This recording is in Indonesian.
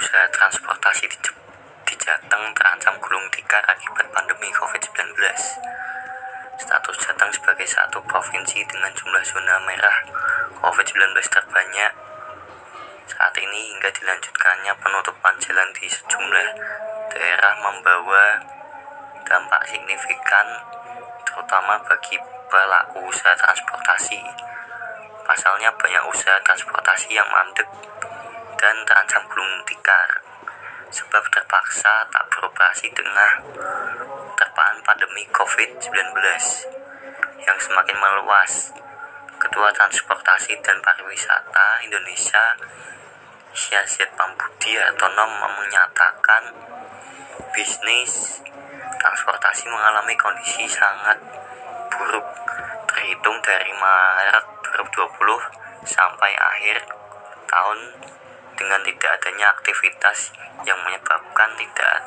usaha transportasi di Jateng terancam gulung tikar akibat pandemi COVID-19. Status Jateng sebagai satu provinsi dengan jumlah zona merah COVID-19 terbanyak saat ini hingga dilanjutkannya penutupan jalan di sejumlah daerah membawa dampak signifikan terutama bagi pelaku usaha transportasi. Pasalnya banyak usaha transportasi yang mandek dan terancam gulung tikar sebab terpaksa tak beroperasi tengah terpaan pandemi COVID-19 yang semakin meluas. Ketua Transportasi dan Pariwisata Indonesia Syazid Pambudi Hartono menyatakan bisnis transportasi mengalami kondisi sangat buruk terhitung dari Maret 2020 sampai akhir tahun dengan tidak adanya aktivitas yang menyebabkan tidak